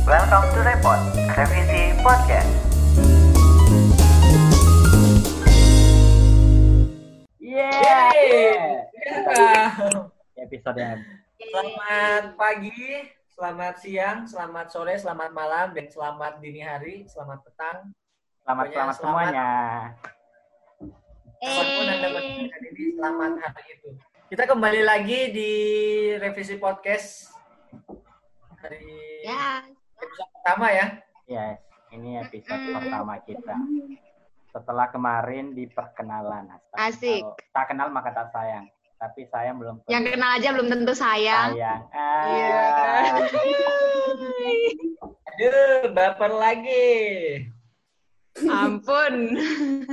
Welcome to Repot, Revisi Podcast. Yeay! Episode yang Selamat pagi, selamat siang, selamat sore, selamat malam, dan selamat dini hari, selamat petang. selamat semuanya. Apapun Anda mendengarkan ini, selamat hari itu. Kita kembali lagi di Revisi Podcast hari episode pertama ya. Yes, ini episode pertama kita. Setelah kemarin di perkenalan. Asik. Tak kenal maka tak sayang. Tapi sayang belum. Yang kenal aja belum tentu sayang. Sayang. Aduh, baper lagi. Ampun.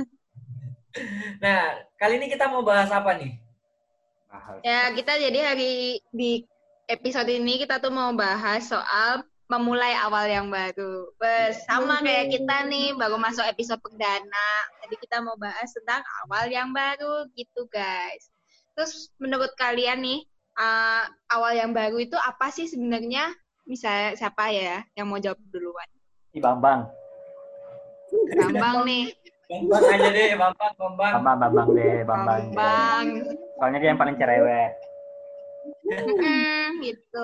Nah, kali ini kita mau bahas apa nih? Ya, kita jadi di episode ini kita tuh mau bahas soal memulai awal yang baru. Sama kayak kita nih, baru masuk episode perdana. Jadi kita mau bahas tentang awal yang baru gitu, guys. Terus menurut kalian nih, awal yang baru itu apa sih sebenarnya? Misalnya siapa ya yang mau jawab duluan? Si Bambang. Bambang nih. Bambang aja deh, Bambang. Bambang. Soalnya dia yang paling cerewet. Gitu.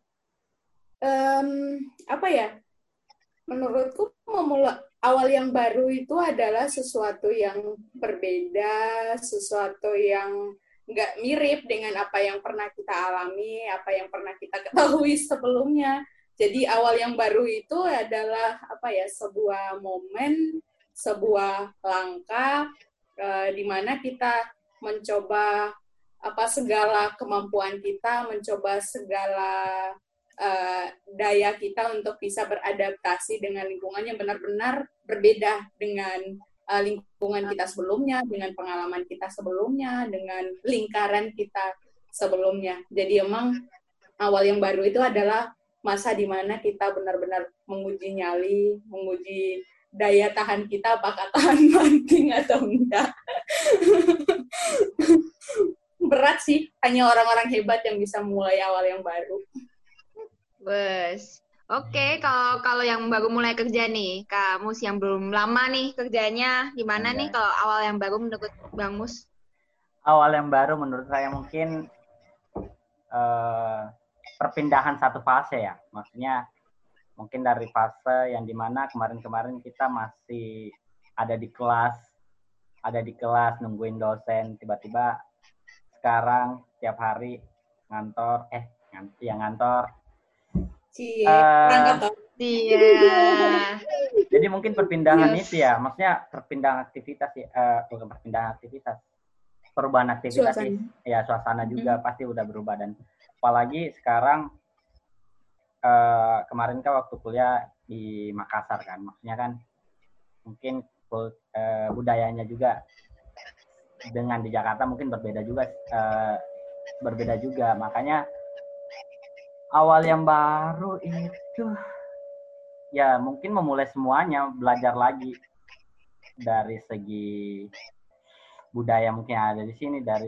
Apa ya? Menurutku awal yang baru itu adalah sesuatu yang berbeda, sesuatu yang nggak mirip dengan apa yang pernah kita alami, apa yang pernah kita ketahui sebelumnya. Jadi awal yang baru itu adalah apa ya? Sebuah momen, sebuah langkah di mana kita mencoba segala kemampuan kita, mencoba segala daya kita untuk bisa beradaptasi dengan lingkungan yang benar-benar berbeda dengan lingkungan kita sebelumnya, dengan pengalaman kita sebelumnya, dengan lingkaran kita sebelumnya. Jadi emang awal yang baru itu adalah masa di mana kita benar-benar menguji nyali, menguji daya tahan kita, apakah tahan banting atau enggak. Berat sih, hanya orang-orang hebat yang bisa mulai awal yang baru. Wes. Oke, kalau yang baru mulai kerja nih, Kak Mus yang belum lama nih kerjanya, gimana nih kalau awal yang baru menurut Bang Mus? Awal yang baru menurut saya mungkin perpindahan satu fase ya. Maksudnya mungkin dari fase yang dimana kemarin-kemarin kita masih ada di kelas nungguin dosen, tiba-tiba sekarang tiap hari ngantor. Jadi mungkin perpindahan itu ya, maksudnya perpindahan aktivitas ya, bukan perpindahan aktivitas, perubahan aktivitas ya, suasana juga pasti udah berubah. Dan apalagi sekarang kemarin kan waktu kuliah di Makassar kan, maksudnya kan mungkin budayanya juga dengan di Jakarta mungkin berbeda juga, makanya awal yang baru itu ya mungkin memulai semuanya, belajar lagi dari segi budaya mungkin ada di sini, dari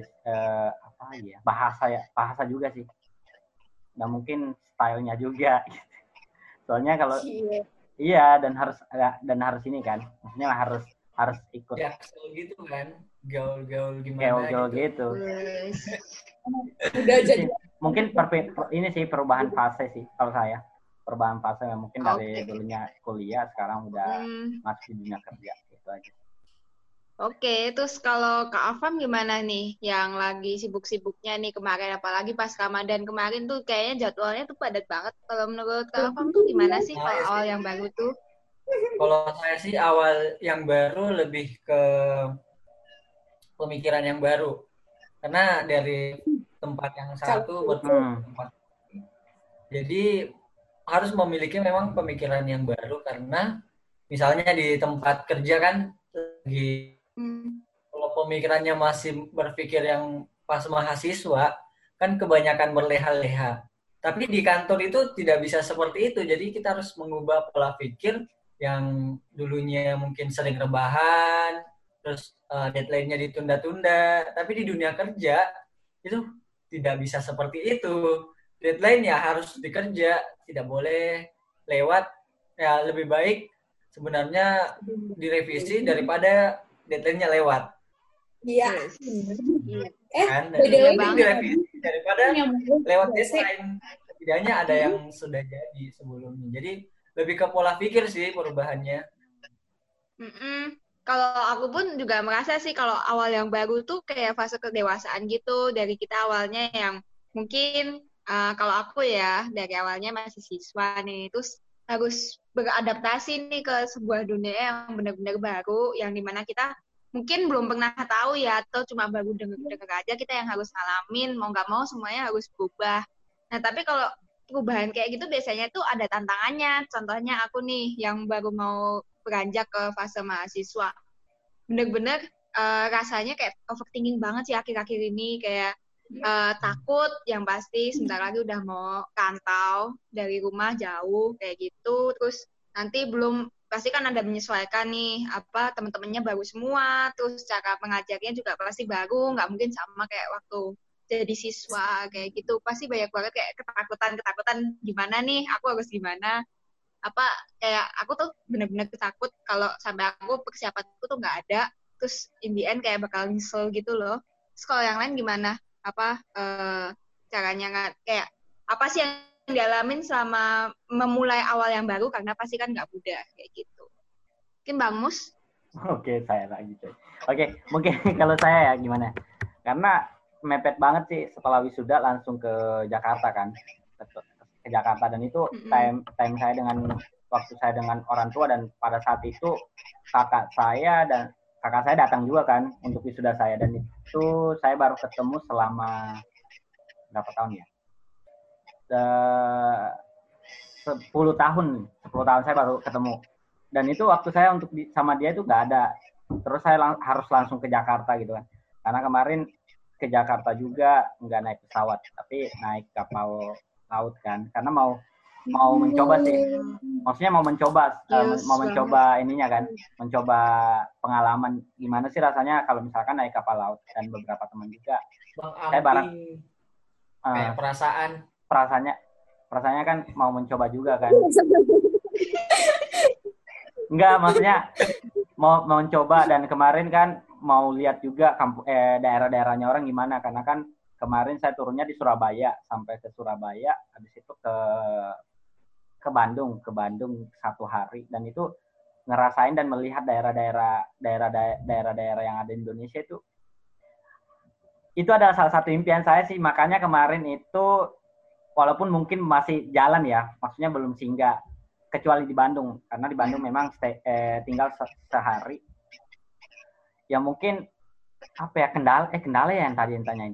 bahasa juga sih, dan mungkin stylenya juga. Soalnya kalau dan harus ini kan, maksudnya harus ikut ya gitu kan, gaul gimana gitu. Udah jadi mungkin ini sih perubahan fase sih kalau saya. Perubahan fase yang mungkin dari dulunya kuliah sekarang udah masuk di dunia kerja gitu aja. Oke, terus kalau Kak Afam gimana nih yang lagi sibuk-sibuknya nih kemarin, apalagi pas Ramadan kemarin tuh kayaknya jadwalnya tuh padat banget. Kalau menurut Kak Afam tuh gimana sih kalau awal yang baru tuh? Kalau saya sih awal yang baru lebih ke pemikiran yang baru. Karena dari tempat yang satu tempat. Jadi harus memiliki memang pemikiran yang baru, karena misalnya di tempat kerja kan kalau pemikirannya masih berpikir yang pas mahasiswa kan kebanyakan berleha-leha. Tapi di kantor itu tidak bisa seperti itu. Jadi kita harus mengubah pola pikir yang dulunya mungkin sering rebahan, terus deadline-nya ditunda-tunda. Tapi di dunia kerja itu tidak bisa seperti itu. Deadline ya harus dikerja, tidak boleh lewat, ya lebih baik sebenarnya direvisi daripada deadline-nya lewat. Iya. Kan? By the way, direvisi daripada lewat nggak sih? deadline. Setidaknya ada yang sudah jadi sebelumnya. Jadi lebih ke pola pikir sih perubahannya. Kalau aku pun juga merasa sih kalau awal yang baru tuh kayak fase kedewasaan gitu dari kita awalnya yang mungkin kalau aku ya dari awalnya masih siswa nih terus harus beradaptasi nih ke sebuah dunia yang benar-benar baru yang dimana kita mungkin belum pernah tahu ya atau cuma baru dengar aja kita yang harus ngalamin mau nggak mau semuanya harus berubah. Nah tapi kalau perubahan kayak gitu biasanya tuh ada tantangannya. Contohnya aku nih yang baru mau beranjak ke fase mahasiswa. Bener-bener rasanya kayak overthinking banget sih akhir-akhir ini. Kayak takut yang pasti sebentar lagi udah mau rantau dari rumah jauh kayak gitu. Terus nanti belum pasti kan ada menyesuaikan nih apa teman-temannya baru semua. Terus cara mengajarnya juga pasti baru. Nggak mungkin sama kayak waktu jadi siswa kayak gitu. Pasti banyak banget kayak ketakutan gimana nih aku harus gimana apa kayak aku tuh bener-bener takut kalau sampai aku persiapanku tuh nggak ada terus in the end kayak bakal nyesel gitu loh. Terus kalau yang lain gimana apa caranya kayak apa sih yang dialamin selama memulai awal yang baru karena pasti kan nggak mudah kayak gitu. Mungkin Bang Mus? Oke, saya lagi coy. Oke, mungkin kalau saya ya gimana? Karena mepet banget sih setelah wisuda langsung ke Jakarta kan, ke Jakarta dan itu time saya dengan waktu saya dengan orang tua dan pada saat itu kakak saya datang juga kan untuk wisuda saya dan itu saya baru ketemu selama berapa tahun ya? 10 tahun saya baru ketemu dan itu waktu saya untuk sama dia itu nggak ada terus saya harus langsung ke Jakarta gitu kan karena kemarin ke Jakarta juga nggak naik pesawat tapi naik kapal laut kan karena mau mencoba sih maksudnya mau mencoba ininya kan mencoba pengalaman gimana sih rasanya kalau misalkan naik kapal laut dan beberapa teman juga saya bareng kayak perasaannya kan mau mencoba juga kan enggak maksudnya mau mencoba dan kemarin kan mau lihat juga daerah-daerahnya orang gimana karena kan kemarin saya turunnya di Surabaya sampai ke Surabaya habis itu ke Bandung 1 hari dan itu ngerasain dan melihat daerah-daerah yang ada di Indonesia itu adalah salah satu impian saya sih makanya kemarin itu walaupun mungkin masih jalan ya maksudnya belum singgah kecuali di Bandung karena di Bandung memang tinggal sehari ya mungkin apa ya kendala ya yang tadi yang tanyain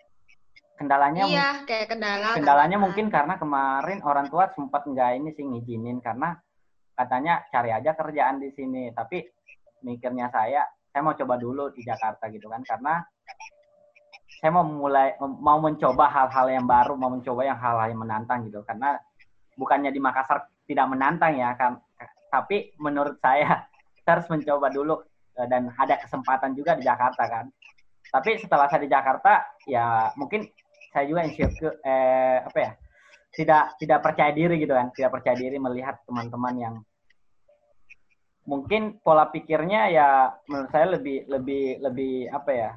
kendalanya mungkin karena kemarin orang tua sempat nggak ini sih ngizinin karena katanya cari aja kerjaan di sini tapi mikirnya saya mau coba dulu di Jakarta gitu kan karena saya mau mencoba hal-hal yang baru mau mencoba hal-hal yang menantang gitu karena bukannya di Makassar tidak menantang ya kan tapi menurut saya harus mencoba dulu dan ada kesempatan juga di Jakarta kan tapi setelah saya di Jakarta ya mungkin saya juga insecure tidak percaya diri gitu kan tidak percaya diri melihat teman-teman yang mungkin pola pikirnya ya menurut saya lebih apa ya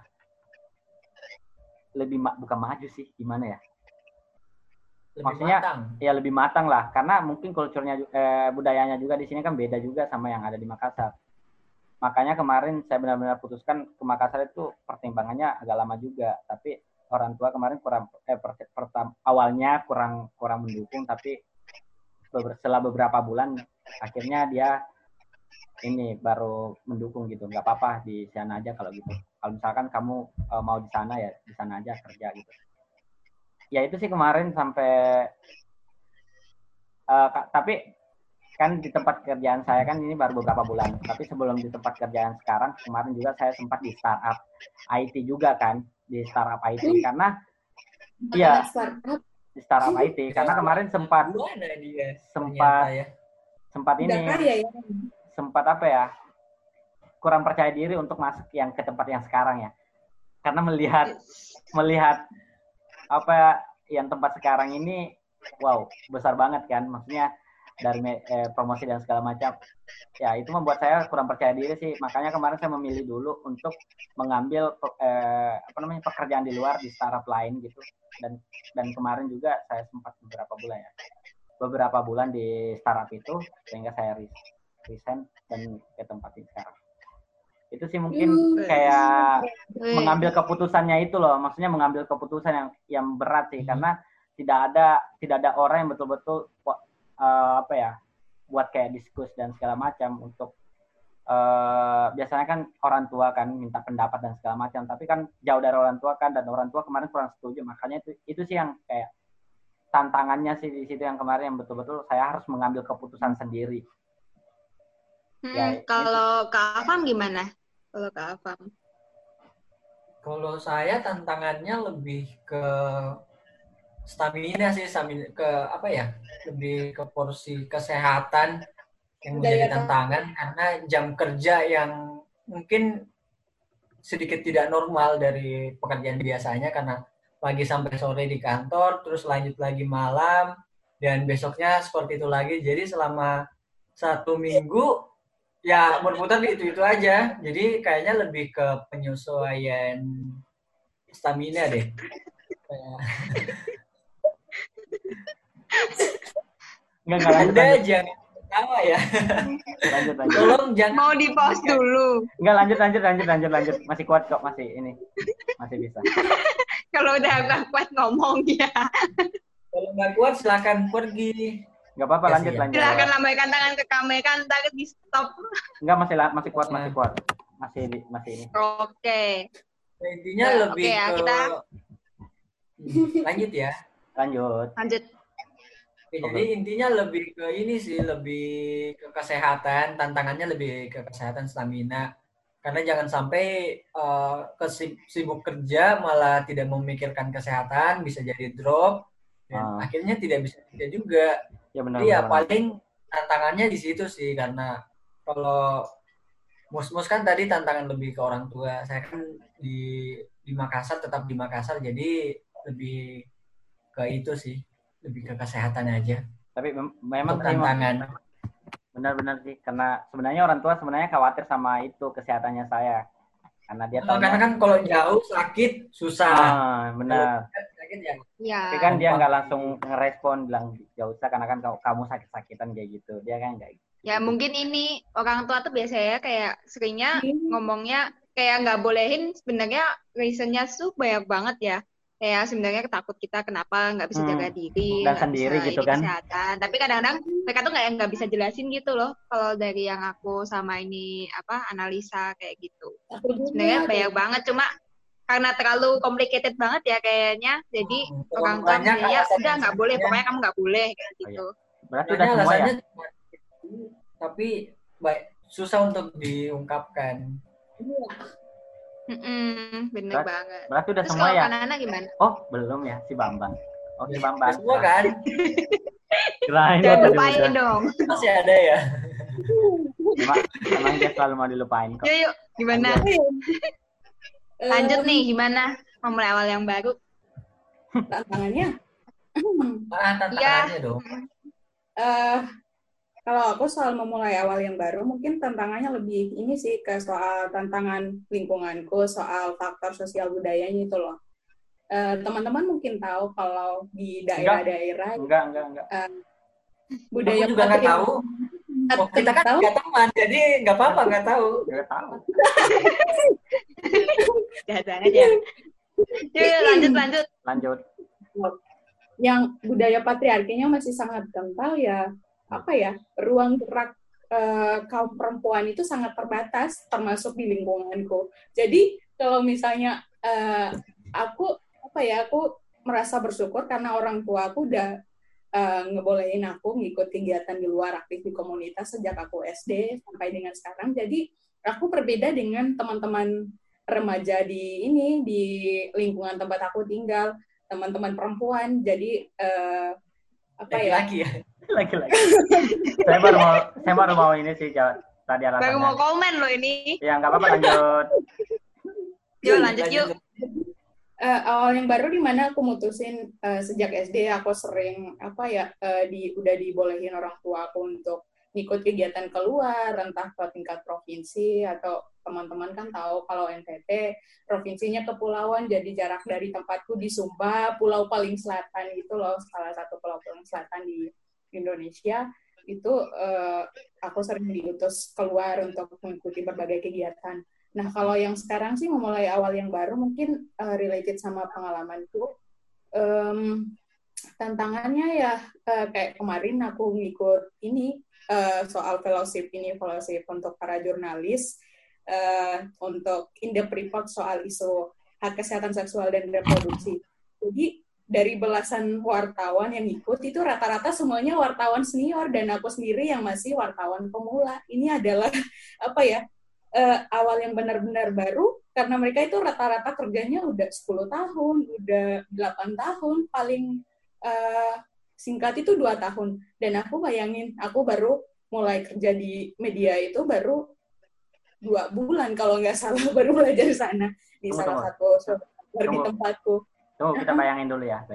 bukan maju sih gimana ya maksudnya ya lebih matang lah karena mungkin kulturnya budayanya juga di sini kan beda juga sama yang ada di Makassar makanya kemarin saya benar-benar putuskan ke Makassar itu pertimbangannya agak lama juga tapi orang tua kemarin awalnya kurang mendukung tapi setelah beberapa bulan akhirnya dia ini baru mendukung gitu nggak apa-apa di sana aja kalau gitu kalau misalkan kamu mau di sana ya di sana aja kerja gitu ya itu sih kemarin sampai tapi kan di tempat kerjaan saya kan ini baru beberapa bulan tapi sebelum di tempat kerjaan sekarang kemarin juga saya sempat di startup IT juga kan di startup IT karena iya di startup IT karena kemarin sempat ini sempat apa ya kurang percaya diri untuk masuk yang ke tempat yang sekarang ya karena melihat apa yang tempat sekarang ini wow besar banget kan maksudnya promosi dan segala macam. Ya itu membuat saya kurang percaya diri sih. Makanya kemarin saya memilih dulu untuk mengambil pekerjaan di luar di startup lain gitu. Dan kemarin juga saya sempat beberapa bulan di startup itu sehingga saya resign dan ke tempat ini sekarang. Itu sih mungkin kayak mengambil keputusannya itu loh. Maksudnya mengambil keputusan yang berat sih karena tidak ada orang yang betul-betul buat kayak diskus dan segala macam untuk biasanya kan orang tua kan minta pendapat dan segala macam, tapi kan jauh dari orang tua kan, dan orang tua kemarin kurang setuju. Makanya itu sih yang kayak tantangannya sih di situ yang kemarin yang betul-betul saya harus mengambil keputusan sendiri. Kalau Kak Afam gimana? Kalau Kak Afam? Kalau saya tantangannya lebih ke stamina sih, lebih ke porsi kesehatan yang menjadi tantangan karena jam kerja yang mungkin sedikit tidak normal dari pekerjaan biasanya karena pagi sampai sore di kantor, terus lanjut lagi malam, dan besoknya seperti itu lagi. Jadi selama 1 minggu ya berputar di itu aja. Jadi kayaknya lebih ke penyesuaian stamina deh. Enggak Anda jangan ketawa ya. Lanjut. Tolong jangan. Mau di pause dulu. Enggak, lanjut. Masih kuat kok, masih bisa. Kalau udah nggak kuat ngomong ya. Kalau nggak kuat silakan pergi. Nggak apa-apa, lanjut. Silakan lambaikan tangan ke kamera, ntar di stop. Enggak, masih kuat. Masih ini. Oke. Nah, intinya lebih ke kita lanjut ya. Lanjut. Oke, jadi intinya lebih ke ini sih, lebih ke kesehatan, tantangannya lebih ke kesehatan stamina. Karena jangan sampai sibuk kerja malah tidak memikirkan kesehatan, bisa jadi drop dan akhirnya tidak bisa kerja juga. Ya benar. Jadi paling tantangannya di situ sih, karena kalau Mus kan tadi tantangan lebih ke orang tua. Saya kan di Makassar, tetap di Makassar, jadi lebih ke itu sih, lebih ke kesehatan aja. Tapi memang tantangan. Benar-benar sih, karena sebenarnya orang tua khawatir sama itu kesehatannya saya, karena dia tahu. Karena kan kalau jauh sakit susah. Benar. Sakit ya. Tapi kan dia nggak langsung ngerespon bilang gak usah karena kan kamu sakit-sakitan kayak gitu. Dia kan nggak. Ya mungkin ini orang tua tuh biasanya kayak seringnya ngomongnya kayak nggak bolehin, sebenarnya reasonnya tuh banyak banget ya. Kayak sebenarnya takut kita kenapa nggak bisa jaga diri, dan sendiri bisa gitu kan. Kesehatan. Tapi kadang-kadang mereka tuh nggak bisa jelasin gitu loh. Kalau dari yang aku sama ini analisa kayak gitu. Sebenarnya banyak banget, cuma karena terlalu complicated banget ya kayaknya. Jadi orang tua ya udah nggak boleh, pokoknya kamu nggak boleh kayak gitu. Berarti udah semua ya. Tapi susah untuk diungkapkan. Bener banget. Berarti udah terus semua ya. Terus kalau Kanana gimana? Oh belum ya, si Bambang. Oh si Bambang. Semua kan? Jangan lupain dong. Masih ada ya. Emang dia selalu mau dilupain kok. Yuk, gimana? Lanjut nih, gimana? Memulai awal yang baru. Tantangannya? Tantangannya dong. Kalau aku soal memulai awal yang baru, mungkin tantangannya lebih ini sih ke soal tantangan lingkunganku, soal faktor sosial budayanya itu loh. Teman-teman mungkin tahu kalau di daerah-daerah enggak. Budaya aku juga nggak tahu. Kita kan nggak teman, jadi nggak apa-apa nggak tahu. Nggak tahu. Datang aja. Yuk, lanjut. Yang budaya patriarkinya masih sangat kental ya. Ruang gerak kaum perempuan itu sangat terbatas, termasuk di lingkunganku. Jadi kalau misalnya aku merasa bersyukur karena orang tua aku udah ngebolehin aku ngikut kegiatan di luar, aktif di komunitas sejak aku SD sampai dengan sekarang. Jadi aku berbeda dengan teman-teman remaja di lingkungan tempat aku tinggal, teman-teman perempuan. Jadi laki-laki ya. Laki-laki. Saya baru mau ini sih tadi alasannya. Baru mau komen loh ini. Ya nggak apa-apa, lanjut. Yuk lanjut. awal yang baru di mana aku mutusin sejak SD aku sering udah dibolehin orang tua aku untuk ikut kegiatan keluar, entah ke tingkat provinsi atau teman-teman kan tahu kalau NTT provinsinya kepulauan, jadi jarak dari tempatku di Sumba, pulau paling selatan gitu loh, salah satu pulau paling selatan di Indonesia itu aku sering diutus keluar untuk mengikuti berbagai kegiatan. Nah, kalau yang sekarang sih memulai awal yang baru mungkin related sama pengalamanku. Tantangannya ya kayak kemarin aku ngikut ini soal fellowship untuk para jurnalis untuk in-depth report soal isu hak kesehatan seksual dan reproduksi. Jadi dari belasan wartawan yang ikut itu rata-rata semuanya wartawan senior dan aku sendiri yang masih wartawan pemula. Ini adalah awal yang benar-benar baru karena mereka itu rata-rata kerjanya udah 10 tahun, udah 8 tahun, paling singkat itu 2 tahun. Dan aku bayangin, aku baru mulai kerja di media itu baru 2 bulan kalau nggak salah, baru belajar sana di salah satu di tempatku. Tunggu, kita bayangin dulu ya,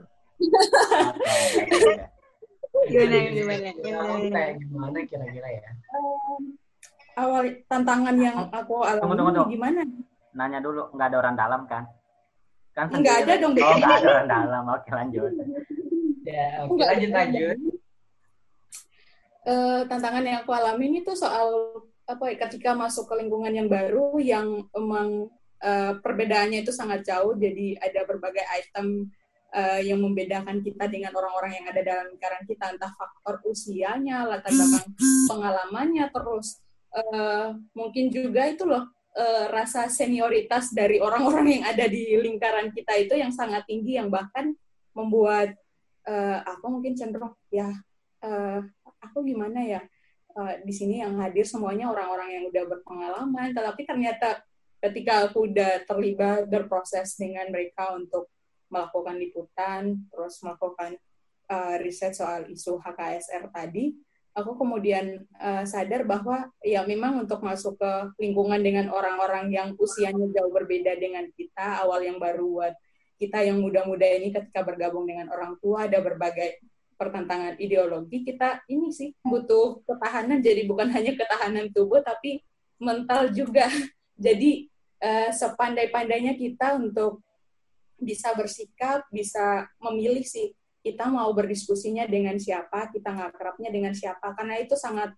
Gimana kira-kira ya? Awal tantangan yang aku alami gimana? Nanya dulu, nggak ada orang dalam kan? Nggak ada dong. Oh, nggak ada orang dalam. Oke, lanjut. Ya, oke, lanjut. Tantangan yang aku alami itu soal ketika masuk ke lingkungan yang baru yang emang perbedaannya itu sangat jauh, jadi ada berbagai item yang membedakan kita dengan orang-orang yang ada dalam lingkaran kita, entah faktor usianya, latar belakang pengalamannya, terus mungkin juga itu loh rasa senioritas dari orang-orang yang ada di lingkaran kita itu yang sangat tinggi, yang bahkan membuat aku mungkin cenderung aku gimana ya di sini yang hadir semuanya orang-orang yang udah berpengalaman, tetapi ternyata ketika aku udah terlibat berproses dengan mereka untuk melakukan liputan, terus melakukan riset soal isu HKSR tadi, aku kemudian sadar bahwa ya memang untuk masuk ke lingkungan dengan orang-orang yang usianya jauh berbeda dengan kita, awal yang baru buat kita yang muda-muda ini ketika bergabung dengan orang tua, ada berbagai pertentangan ideologi, kita ini sih butuh ketahanan, jadi bukan hanya ketahanan tubuh, tapi mental juga. Jadi sepandai-pandainya kita untuk bisa bersikap, bisa memilih sih, kita mau berdiskusinya dengan siapa, kita ngakrabnya dengan siapa, karena itu sangat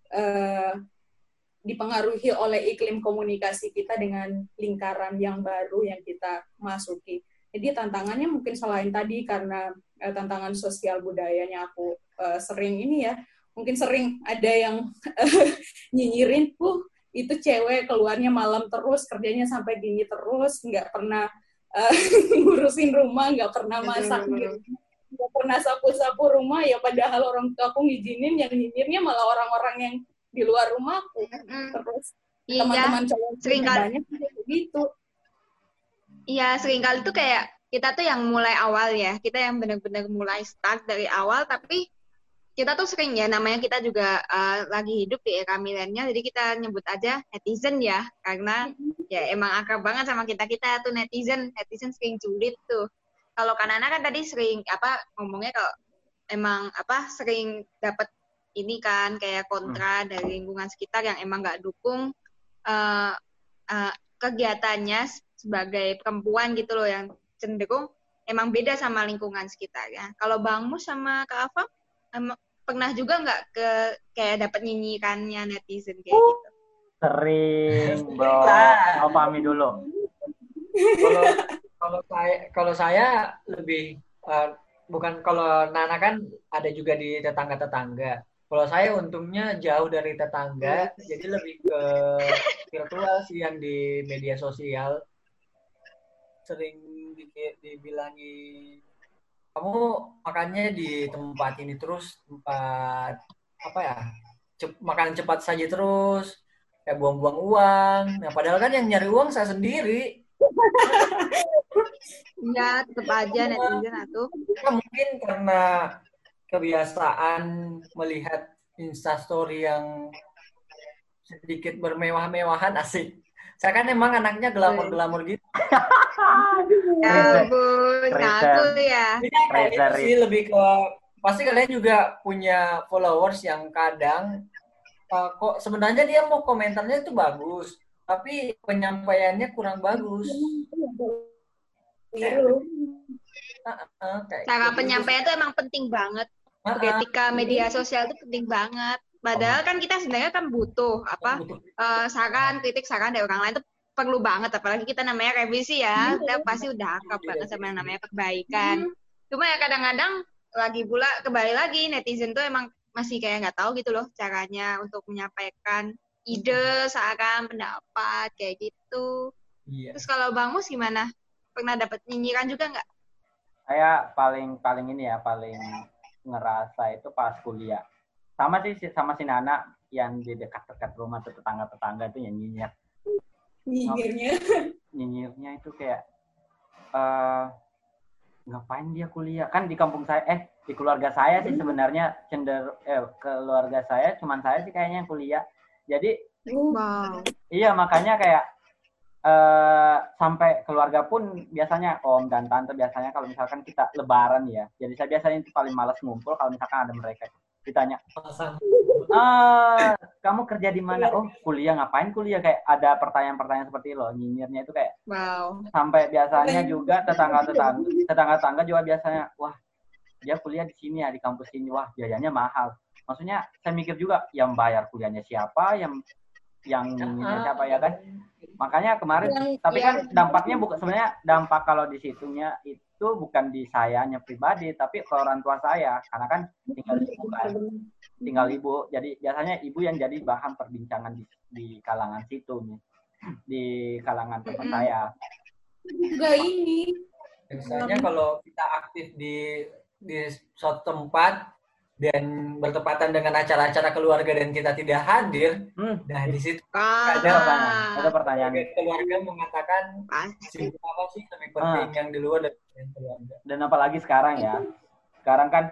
dipengaruhi oleh iklim komunikasi kita dengan lingkaran yang baru yang kita masuki. Jadi tantangannya mungkin selain tadi karena tantangan sosial budayanya aku sering ini ya, mungkin sering ada yang nyinyirin, itu cewek keluarnya malam terus, kerjanya sampai gini terus, nggak pernah ngurusin rumah, nggak pernah masak gitu. Nggak pernah sapu-sapu rumah, ya padahal orang tua aku ngizinin, yang nyinyirnya malah orang-orang yang di luar rumahku. Terus teman-teman cowok banyak gitu. Iya, seringkali tuh kayak kita tuh yang mulai awal ya, kita yang benar-benar mulai start dari awal, tapi kita tuh sering ya, namanya kita juga lagi hidup di era milenial, jadi kita nyebut aja netizen ya, karena ya emang akrab banget sama kita tuh netizen sering julid tuh. Kalau Kanana kan tadi sering ngomongnya kalau emang sering dapat ini kan kayak kontra dari lingkungan sekitar yang emang nggak dukung kegiatannya sebagai perempuan gitu loh, yang cenderung emang beda sama lingkungan sekitar ya. Kalau Bang Mus sama Kak Afam pernah juga nggak kayak dapat nyinyirannya netizen kayak gitu? Sering, Bro. Afami dulu. Kalau saya lebih bukan, kalau Nana kan ada juga di tetangga-tetangga. Kalau saya untungnya jauh dari tetangga, jadi lebih ke virtual sih, yang di media sosial. Sering dibilangi, kamu makannya di tempat ini terus, tempat makanan cepat saja terus, kayak buang-buang uang. Nah, padahal kan yang nyari uang saya sendiri. Ya, tetap aja netizen atau mungkin karena kebiasaan melihat Instastory yang sedikit bermewah-mewahan, asik. Saya kan emang anaknya glamor-glamor gitu. Ya ampun, ngaku ya. Kayak gitu sih lebih ke pasti kalian juga punya followers yang kadang kok sebenarnya dia mau komentarnya itu bagus, tapi penyampaiannya kurang bagus. Cara penyampaian itu emang penting banget. Etika media sosial itu penting banget. Padahal kan kita sebenarnya kan butuh saran, kritik saran dari orang lain itu perlu banget. Apalagi kita namanya revisi ya, kita pasti udah akrab banget sama yang namanya perbaikan. Cuma ya kadang-kadang lagi pula kembali lagi netizen tuh emang masih kayak nggak tahu gitu loh caranya untuk menyampaikan ide, saran, pendapat kayak gitu. Iya. Terus kalau Bang Mus gimana? Pernah dapat nyinyiran juga nggak? Saya paling ini ya, paling ngerasa itu pas kuliah. Sama sih sama si Nana yang di dekat-dekat rumah tuh tetangga-tetangga itu yang nyinyir. Nyinyirnya itu kayak ngapain dia kuliah? Kan di kampung saya di keluarga saya sih sebenarnya keluarga saya cuman saya sih kayaknya yang kuliah. Jadi iya makanya kayak sampai keluarga pun biasanya om dan tante biasanya kalau misalkan kita lebaran ya, jadi saya biasanya itu paling malas ngumpul kalau misalkan ada mereka ditanya, kamu kerja di mana? Oh kuliah. Ngapain kuliah? Kayak ada pertanyaan-pertanyaan seperti lo, nyinyirnya itu kayak sampai biasanya juga tetangga juga biasanya, wah dia kuliah di sini ya, di kampus ini, wah biayanya mahal. Maksudnya saya mikir juga yang bayar kuliahnya siapa, yang siapa ya kan. Makanya kemarin tapi kan dampaknya bukan sebenarnya dampak kalau di situnya itu bukan di sayanya pribadi tapi ke orang tua saya karena kan tinggal ibu jadi biasanya ibu yang jadi bahan perbincangan di kalangan situ nih, di kalangan tempat saya. Enggak ini biasanya kalau kita aktif di suatu tempat dan bertepatan dengan acara-acara keluarga dan kita tidak hadir, nah di situ ada pertanyaan. Keluarga mengatakan apa sih lebih penting yang di luar dari keluarga. Dan apalagi sekarang ya, sekarang kan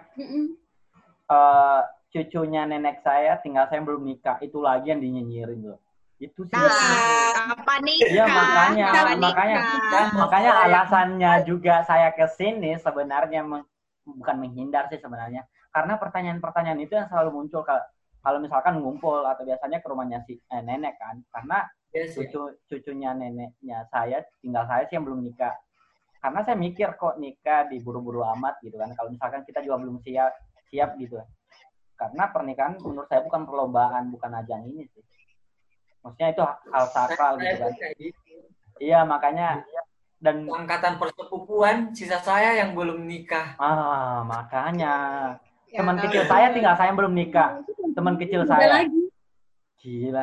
cucunya nenek saya tinggal saya belum nikah, itu lagi yang dinyinyirin loh. Itu sih. Kapan nikah? Iya makanya alasannya juga saya kesini sebenarnya bukan menghindar sih sebenarnya. Karena pertanyaan-pertanyaan itu yang selalu muncul kalau misalkan ngumpul atau biasanya ke rumahnya si nenek kan. Karena cucunya neneknya saya, tinggal saya sih yang belum nikah. Karena saya mikir kok nikah diburu-buru amat gitu kan. Kalau misalkan kita juga belum siap gitu. Karena pernikahan menurut saya bukan perlombaan, bukan ajang ini sih. Maksudnya itu hal sakral gitu kan. Iya makanya. Dan angkatan persepupuan sisa saya yang belum nikah. Makanya. Teman kecil saya tinggal saya belum nikah. Teman kecil saya. Gila.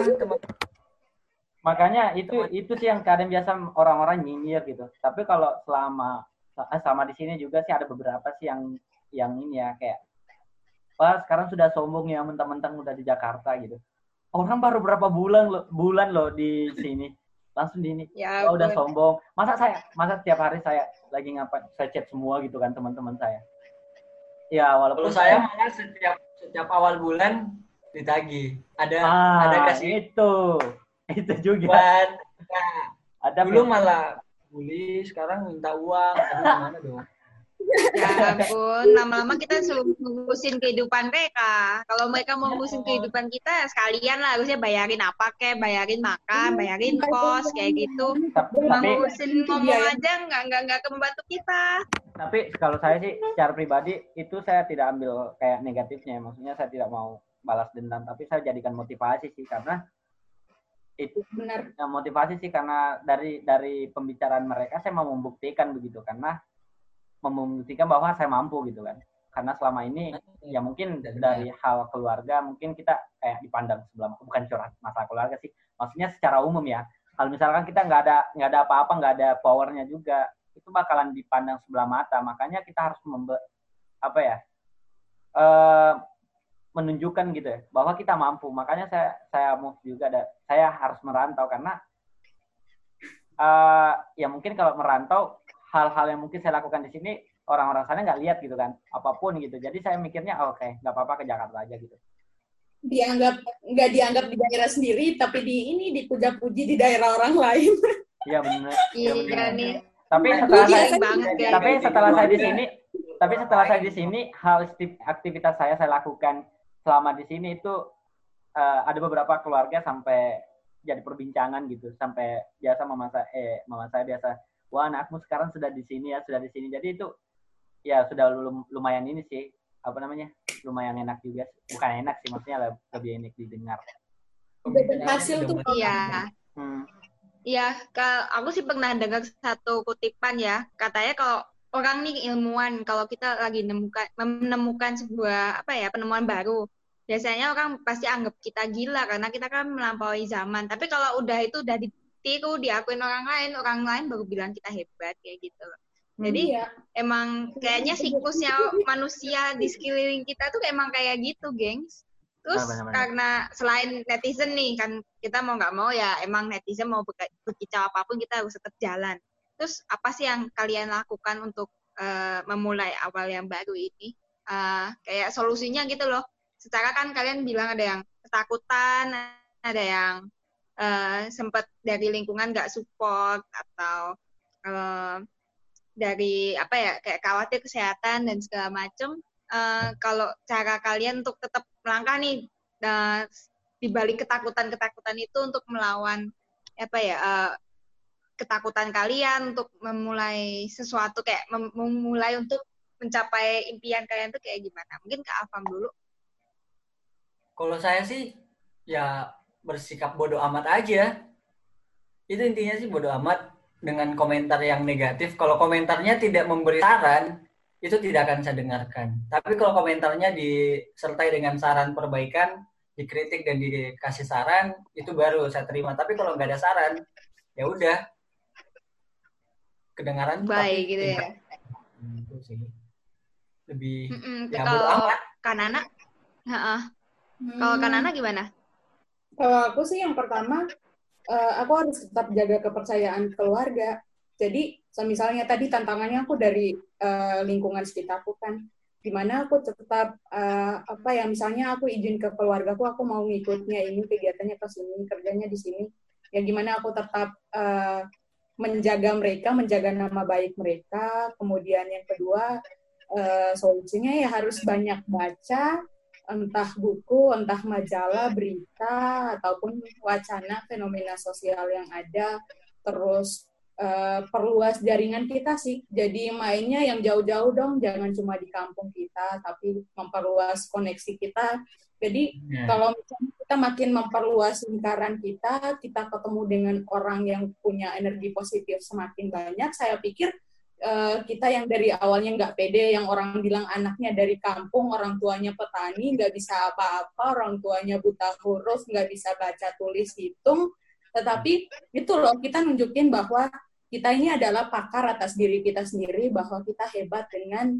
Makanya itu sih yang kadang biasa orang-orang nyinyir gitu. Tapi kalau selama di sini juga sih ada beberapa sih yang ini ya kayak sekarang sudah sombong ya mentang-mentang udah di Jakarta gitu. Orang baru berapa bulan loh di sini. Langsung di ini. Udah sombong. Masa setiap hari saya lagi ngapain? Saya chat semua gitu kan teman-teman saya. Ya walaupun saya malah setiap awal bulan ditagih. Ada kasih itu juga. Ada dulu malah bully, sekarang minta uang. Aduh gimana dong? Ya ampun, lama-lama kita ngurusin kehidupan mereka. Kalau mereka mau ngurusin kehidupan kita, sekalian lah harusnya bayarin apa kayak, bayarin makan, bayarin kos kayak gitu. Ngurusin ngomong aja nggak membantu kita. Tapi kalau saya sih secara pribadi itu saya tidak ambil kayak negatifnya. Maksudnya saya tidak mau balas dendam, tapi saya jadikan motivasi sih karena itu benar. Motivasi sih karena dari pembicaraan mereka saya mau membuktikan begitu karena membuktikan bahwa saya mampu gitu kan. Karena selama ini ya mungkin dari hal keluarga mungkin kita kayak dipandang sebelah, bukan curhat masalah keluarga sih. Maksudnya secara umum ya. Kalau misalkan kita nggak ada apa-apa, nggak ada powernya juga, itu bakalan dipandang sebelah mata. Makanya kita harus menunjukkan gitu ya bahwa kita mampu. Makanya saya move juga saya harus merantau karena ya mungkin kalau merantau hal-hal yang mungkin saya lakukan di sini orang-orang sana nggak lihat gitu kan apapun gitu. Jadi saya mikirnya oke, nggak apa-apa ke Jakarta aja gitu. Nggak dianggap di daerah sendiri tapi dipuja-puji di daerah orang lain. Iya benar. Iya nih. Tapi Gue setelah saya, biasa banget Jadi tapi kayak setelah gitu saya di aja. sini, tapi setelah saya di sini, hal aktivitas saya lakukan selama di sini itu ada beberapa keluarga sampai jadi perbincangan gitu, sampai biasa mama saya biasa, wah anakmu sekarang sudah di sini ya, sudah di sini. Jadi itu ya sudah lumayan ini sih, apa namanya, lumayan enak juga, bukan enak sih, maksudnya lebih enak didengar. udah berhasil tuh. Iya. Iya, kalau aku sih pernah dengar satu kutipan ya, katanya kalau orang nih ilmuwan, kalau kita lagi menemukan sebuah penemuan baru, biasanya orang pasti anggap kita gila karena kita kan melampaui zaman. Tapi kalau itu udah ditiru, diakuin orang lain baru bilang kita hebat kayak gitu. Jadi Iya. emang kayaknya siklusnya manusia di sekeliling kita tuh emang kayak gitu, gengs. Terus Benar. karena selain netizen nih, kan kita mau nggak mau ya emang netizen mau berkicau apapun kita harus tetap jalan. Terus apa sih yang kalian lakukan untuk memulai awal yang baru ini? Kayak solusinya gitu loh. Secara kan kalian bilang ada yang ketakutan, ada yang sempat dari lingkungan nggak support, atau dari kayak khawatir kesehatan dan segala macam. Kalau cara kalian untuk tetap melangkah nih di balik ketakutan itu untuk melawan ketakutan kalian untuk memulai sesuatu, kayak memulai untuk mencapai impian kalian tuh kayak gimana? Mungkin Kak Afam dulu. Kalau saya sih ya bersikap bodoh amat aja. Itu intinya sih, bodoh amat dengan komentar yang negatif. Kalau komentarnya tidak memberi saran, itu tidak akan saya dengarkan. Tapi kalau komentarnya disertai dengan saran perbaikan, dikritik dan dikasih saran, itu baru saya terima. Tapi kalau nggak ada saran, ya udah, kedengaran Baik tapi gitu ya. Itu sih lebih ya Kalau bodo amat. Kanana, kalau Kanana gimana? Kalau aku sih yang pertama, aku harus tetap jaga kepercayaan keluarga. Jadi, misalnya tadi tantangannya aku dari lingkungan sekitarku kan, dimana aku tetap misalnya aku izin ke keluargaku, aku mau ngikutnya ini kegiatannya ke sini, kerjanya di sini. Ya gimana aku tetap menjaga mereka, menjaga nama baik mereka. Kemudian yang kedua, solusinya ya harus banyak baca, entah buku, entah majalah, berita, ataupun wacana fenomena sosial yang ada. Terus perluas jaringan kita sih. Jadi mainnya yang jauh-jauh dong, jangan cuma di kampung kita, tapi memperluas koneksi kita. Jadi kalau misalnya kita makin memperluas lingkaran kita ketemu dengan orang yang punya energi positif semakin banyak, saya pikir kita yang dari awalnya nggak pede, yang orang bilang anaknya dari kampung, orang tuanya petani, nggak bisa apa-apa, orang tuanya buta huruf, nggak bisa baca tulis hitung, tetapi itu loh, kita nunjukin bahwa kita ini adalah pakar atas diri kita sendiri, bahwa kita hebat dengan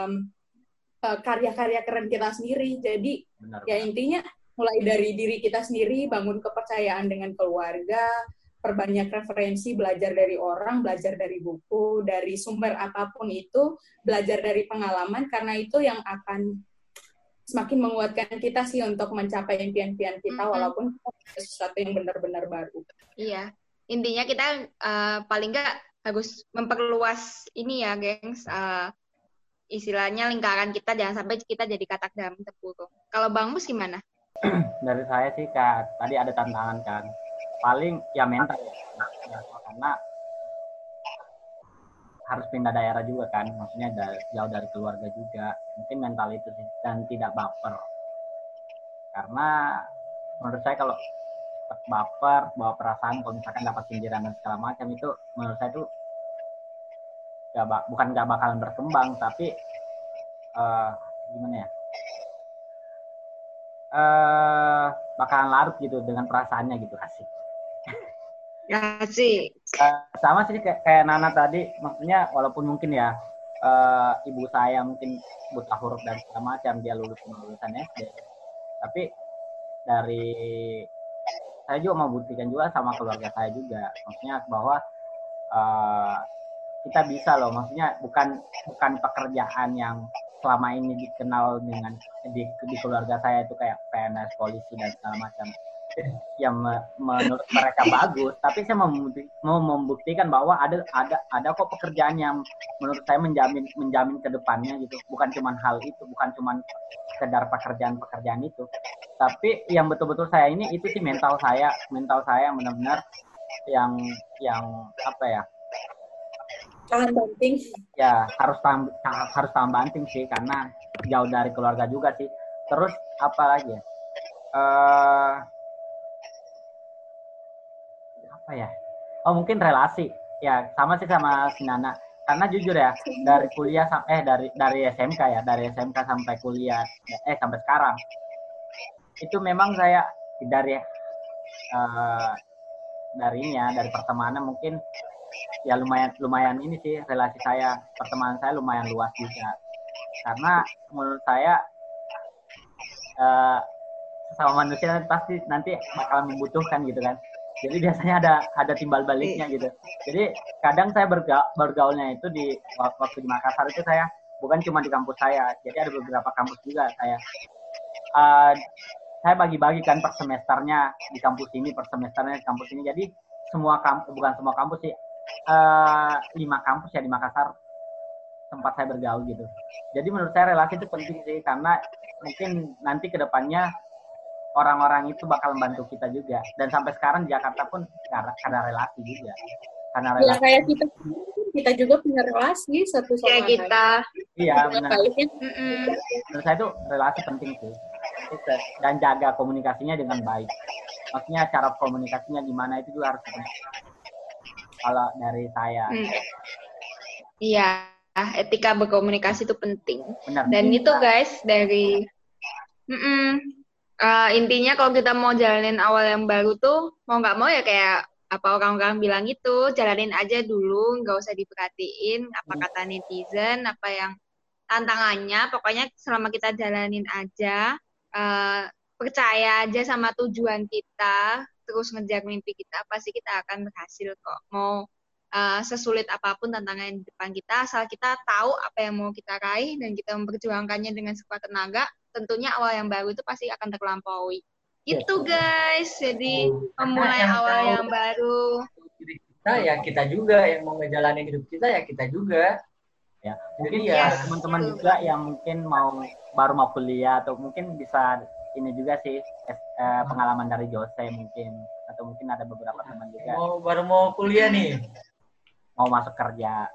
karya-karya keren kita sendiri. Jadi ya intinya mulai dari diri kita sendiri, bangun kepercayaan dengan keluarga, perbanyak referensi, belajar dari orang, belajar dari buku, dari sumber apapun itu, belajar dari pengalaman, karena itu yang akan semakin menguatkan kita sih untuk mencapai impian-impian kita, walaupun sesuatu yang benar-benar baru. Iya, intinya kita paling nggak harus memperluas ini ya, gengs. Istilahnya lingkaran kita, jangan sampai kita jadi katak dalam terpuruk. Kalau Bang Mus gimana? Dari saya sih Kak, tadi ada tantangan kan. Paling ya mental ya, karena harus pindah daerah juga kan, maksudnya jauh dari keluarga juga. Mungkin mental itu sih, dan tidak baper. Karena menurut saya kalau baper, bawa perasaan, kalau misalkan dapat sindiran dan segala macam, itu menurut saya itu bukan nggak bakalan berkembang, tapi gimana ya, bakalan larut gitu dengan perasaannya gitu. Asik. Sama sih kayak Nana tadi, maksudnya walaupun mungkin ya ibu saya mungkin buta huruf dan segala macam, dia lulusan SD, tapi dari saya juga mau buktikan juga sama keluarga saya juga, maksudnya bahwa kita bisa loh, maksudnya bukan pekerjaan yang selama ini dikenal dengan di keluarga saya itu kayak PNS, polisi dan segala macam. yang menurut mereka bagus, tapi saya mau membuktikan bahwa ada kok pekerjaan yang menurut saya menjamin ke depannya gitu. Bukan cuma hal itu, bukan cuma sekedar pekerjaan itu. Tapi yang betul-betul saya ini itu sih mental saya benar-benar yang apa ya? Tahan banting. Ya, harus tahan banting sih, karena jauh dari keluarga juga sih. Terus apa lagi ya? Apa ya? Oh, mungkin relasi. Ya, sama sih sama si Nana. Karena jujur ya, dari kuliah dari SMK ya, dari SMK sampai kuliah sampai sekarang. Itu memang saya dari pertemanan mungkin ya lumayan ini sih, relasi saya, pertemanan saya lumayan luas juga. Karena menurut saya sama manusia pasti nanti bakalan membutuhkan gitu kan. Jadi biasanya ada timbal baliknya gitu. Jadi kadang saya bergaulnya itu di waktu di Makassar itu saya bukan cuma di kampus saya. Jadi ada beberapa kampus juga saya bagi-bagi kan per semesternya di kampus ini, per semesternya di kampus ini. Jadi bukan semua kampus sih, 5 kampus ya di Makassar tempat saya bergaul gitu. Jadi menurut saya relasi itu penting sih, karena mungkin nanti ke depannya orang-orang itu bakal membantu kita juga. Dan sampai sekarang di Jakarta pun karena relasi juga. Karena relasi. Ya kayak kita juga punya relasi satu sama lain. Kita. Iya, benar. Menurut saya itu relasi penting sih. Dan jaga komunikasinya dengan baik. Maksudnya cara komunikasinya gimana itu juga harus penting. Kalau dari saya. Iya, etika berkomunikasi itu penting. Benar. Dan itu guys dari intinya kalau kita mau jalanin awal yang baru tuh mau nggak mau ya kayak apa orang-orang bilang itu, jalanin aja dulu, nggak usah diperhatiin apa kata netizen, apa yang tantangannya, pokoknya selama kita jalanin aja, percaya aja sama tujuan kita, terus ngejar mimpi kita, pasti kita akan berhasil kok. Mau sesulit apapun tantangan di depan kita, asal kita tahu apa yang mau kita raih dan kita memperjuangkannya dengan sekuat tenaga, tentunya awal yang baru itu pasti akan terlampaui. Itu guys, jadi memulai awal yang baru. Kita juga yang mau ngejalanin hidup kita ya kita juga. Ya, mungkin ya teman-teman juga yang mungkin baru mau kuliah atau mungkin bisa ini juga sih pengalaman dari Jose mungkin, atau mungkin ada beberapa teman juga. Baru mau kuliah nih. Mau masuk kerja.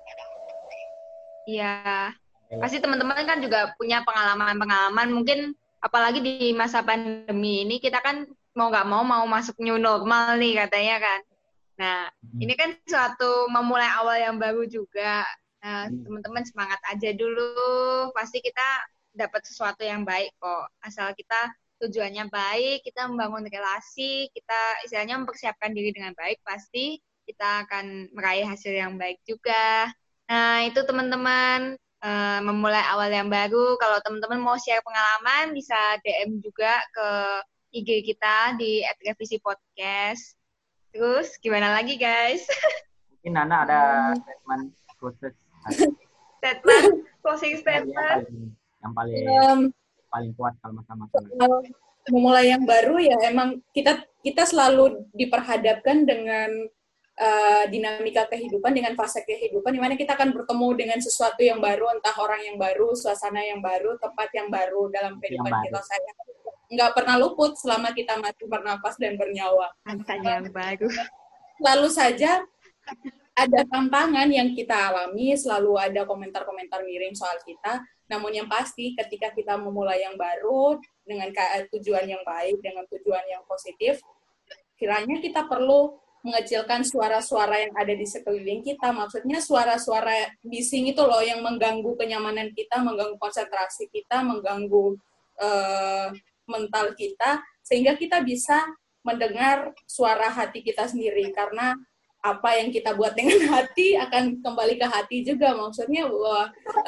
Iya. Pasti teman-teman kan juga punya pengalaman-pengalaman, mungkin apalagi di masa pandemi ini kita kan mau nggak mau masuk new normal nih katanya kan. Nah, ini kan suatu memulai awal yang baru juga. Nah, teman-teman semangat aja dulu. Pasti kita dapat sesuatu yang baik kok. Asal kita tujuannya baik, kita membangun relasi, kita istilahnya mempersiapkan diri dengan baik, pasti kita akan meraih hasil yang baik juga. Nah, itu teman-teman. Memulai awal yang baru. Kalau teman-teman mau share pengalaman, bisa DM juga ke IG kita di @revisi-podcast. Terus, gimana lagi, guys? Mungkin Nana ada statement khusus. Statement, closing statement. Yang paling kuat kalau masalah. Memulai yang baru ya emang kita selalu diperhadapkan dengan dinamika kehidupan, dengan fase kehidupan di mana kita akan bertemu dengan sesuatu yang baru, entah orang yang baru, suasana yang baru, tempat yang baru dalam kehidupan kita. Saya nggak pernah luput selama kita masih bernafas dan bernyawa. Yang baru. Lalu saja ada tantangan yang kita alami, selalu ada komentar-komentar miring soal kita. Namun yang pasti ketika kita memulai yang baru dengan tujuan yang baik, dengan tujuan yang positif, kiranya kita perlu mengecilkan suara-suara yang ada di sekeliling kita. Maksudnya suara-suara bising itu loh yang mengganggu kenyamanan kita, mengganggu konsentrasi kita, mengganggu mental kita, sehingga kita bisa mendengar suara hati kita sendiri. Karena apa yang kita buat dengan hati akan kembali ke hati juga. Maksudnya bahwa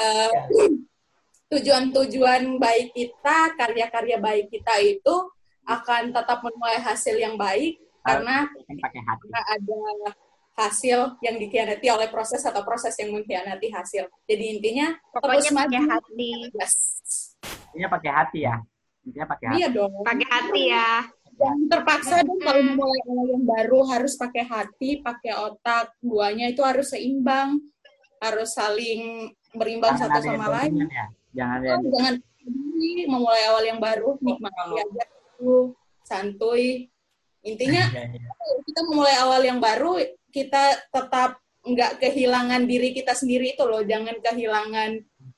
tujuan-tujuan baik kita, karya-karya baik kita itu akan tetap menuai hasil yang baik, karena ada hasil yang dikhianati oleh proses atau proses yang mengkhianati hasil. Jadi intinya pokoknya pakai hati. Yes. Intinya pakai hati ya. Intinya pakai hati. Iya dong. Pakai hati ya. Jangan terpaksa dong kalau memulai awal yang baru harus pakai hati, pakai otak, duanya itu harus seimbang, harus saling berimbang Jangan satu ada yang sama lain. dominan ya. Jangan ada yang Jangan memulai awal yang baru, nikmati aja dulu, santuy. Intinya kita memulai awal yang baru, kita tetap nggak kehilangan diri kita sendiri itu loh, jangan kehilangan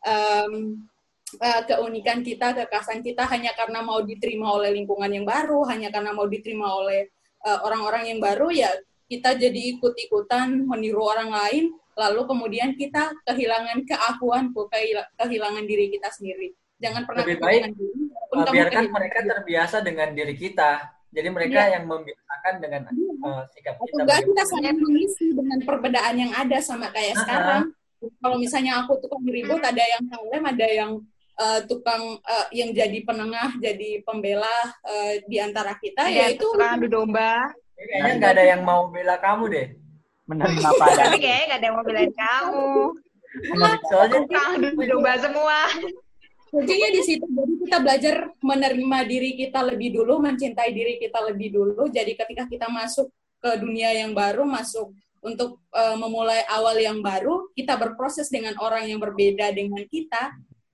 keunikan kita, kekhasan kita hanya karena mau diterima oleh lingkungan yang baru, hanya karena mau diterima oleh orang-orang yang baru, ya kita jadi ikut-ikutan meniru orang lain, lalu kemudian kita kehilangan keakuan, kehilangan diri kita sendiri. Jangan pernah lebih baik biarkan kehilangan mereka terbiasa dengan diri kita. Jadi mereka yang membiasakan dengan sikap kita. Enggak, kita saling mengisi dengan perbedaan yang ada sama kayak sekarang. Kalau misalnya aku tukang ribut, ada yang kalem, ada yang tukang yang jadi penengah, jadi pembela di antara kita, yaitu tukang adu domba. Kayaknya nggak ada yang mau bela kamu deh. menerima pada. Tapi kayaknya nggak ada yang mau belain kamu. Soalnya Tukang adu domba semua. kuncinya di situ. Jadi kita belajar menerima diri kita lebih dulu, mencintai diri kita lebih dulu. Jadi ketika kita masuk ke dunia yang baru, masuk untuk memulai awal yang baru, kita berproses dengan orang yang berbeda dengan kita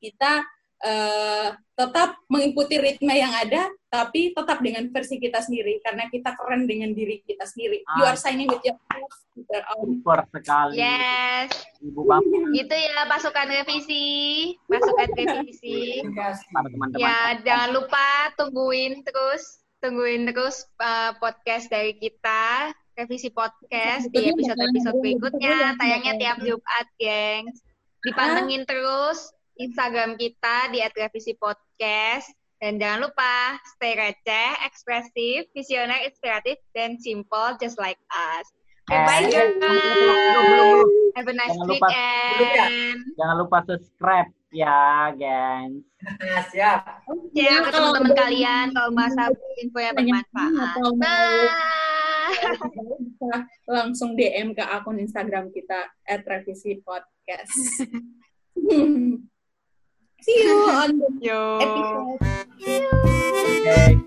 tetap mengikuti ritme yang ada, tapi tetap dengan versi kita sendiri, karena kita keren dengan diri kita sendiri. You are signing with yourself. Super sekali. Yes. Ibu Bapak. Gitu ya pasukan revisi. Pasukan revisi. Sama teman-teman. Ya, jangan lupa tungguin terus podcast dari kita, revisi podcast di episode-episode berikutnya. Tayangnya tiap Jumat, gengs. Dipantengin terus Instagram kita di @revisipodcast. Dan jangan lupa stay receh, ekspresif, visioner, inspiratif, dan simple just like us. Bye guys. Have a nice weekend. Jangan lupa subscribe ya, gengs. Siap. Ya, ke teman-teman kalian kalau merasa info yang bermanfaat. Bye. Bisa langsung DM ke akun Instagram kita @revisipodcast. See you on the episode. Okay.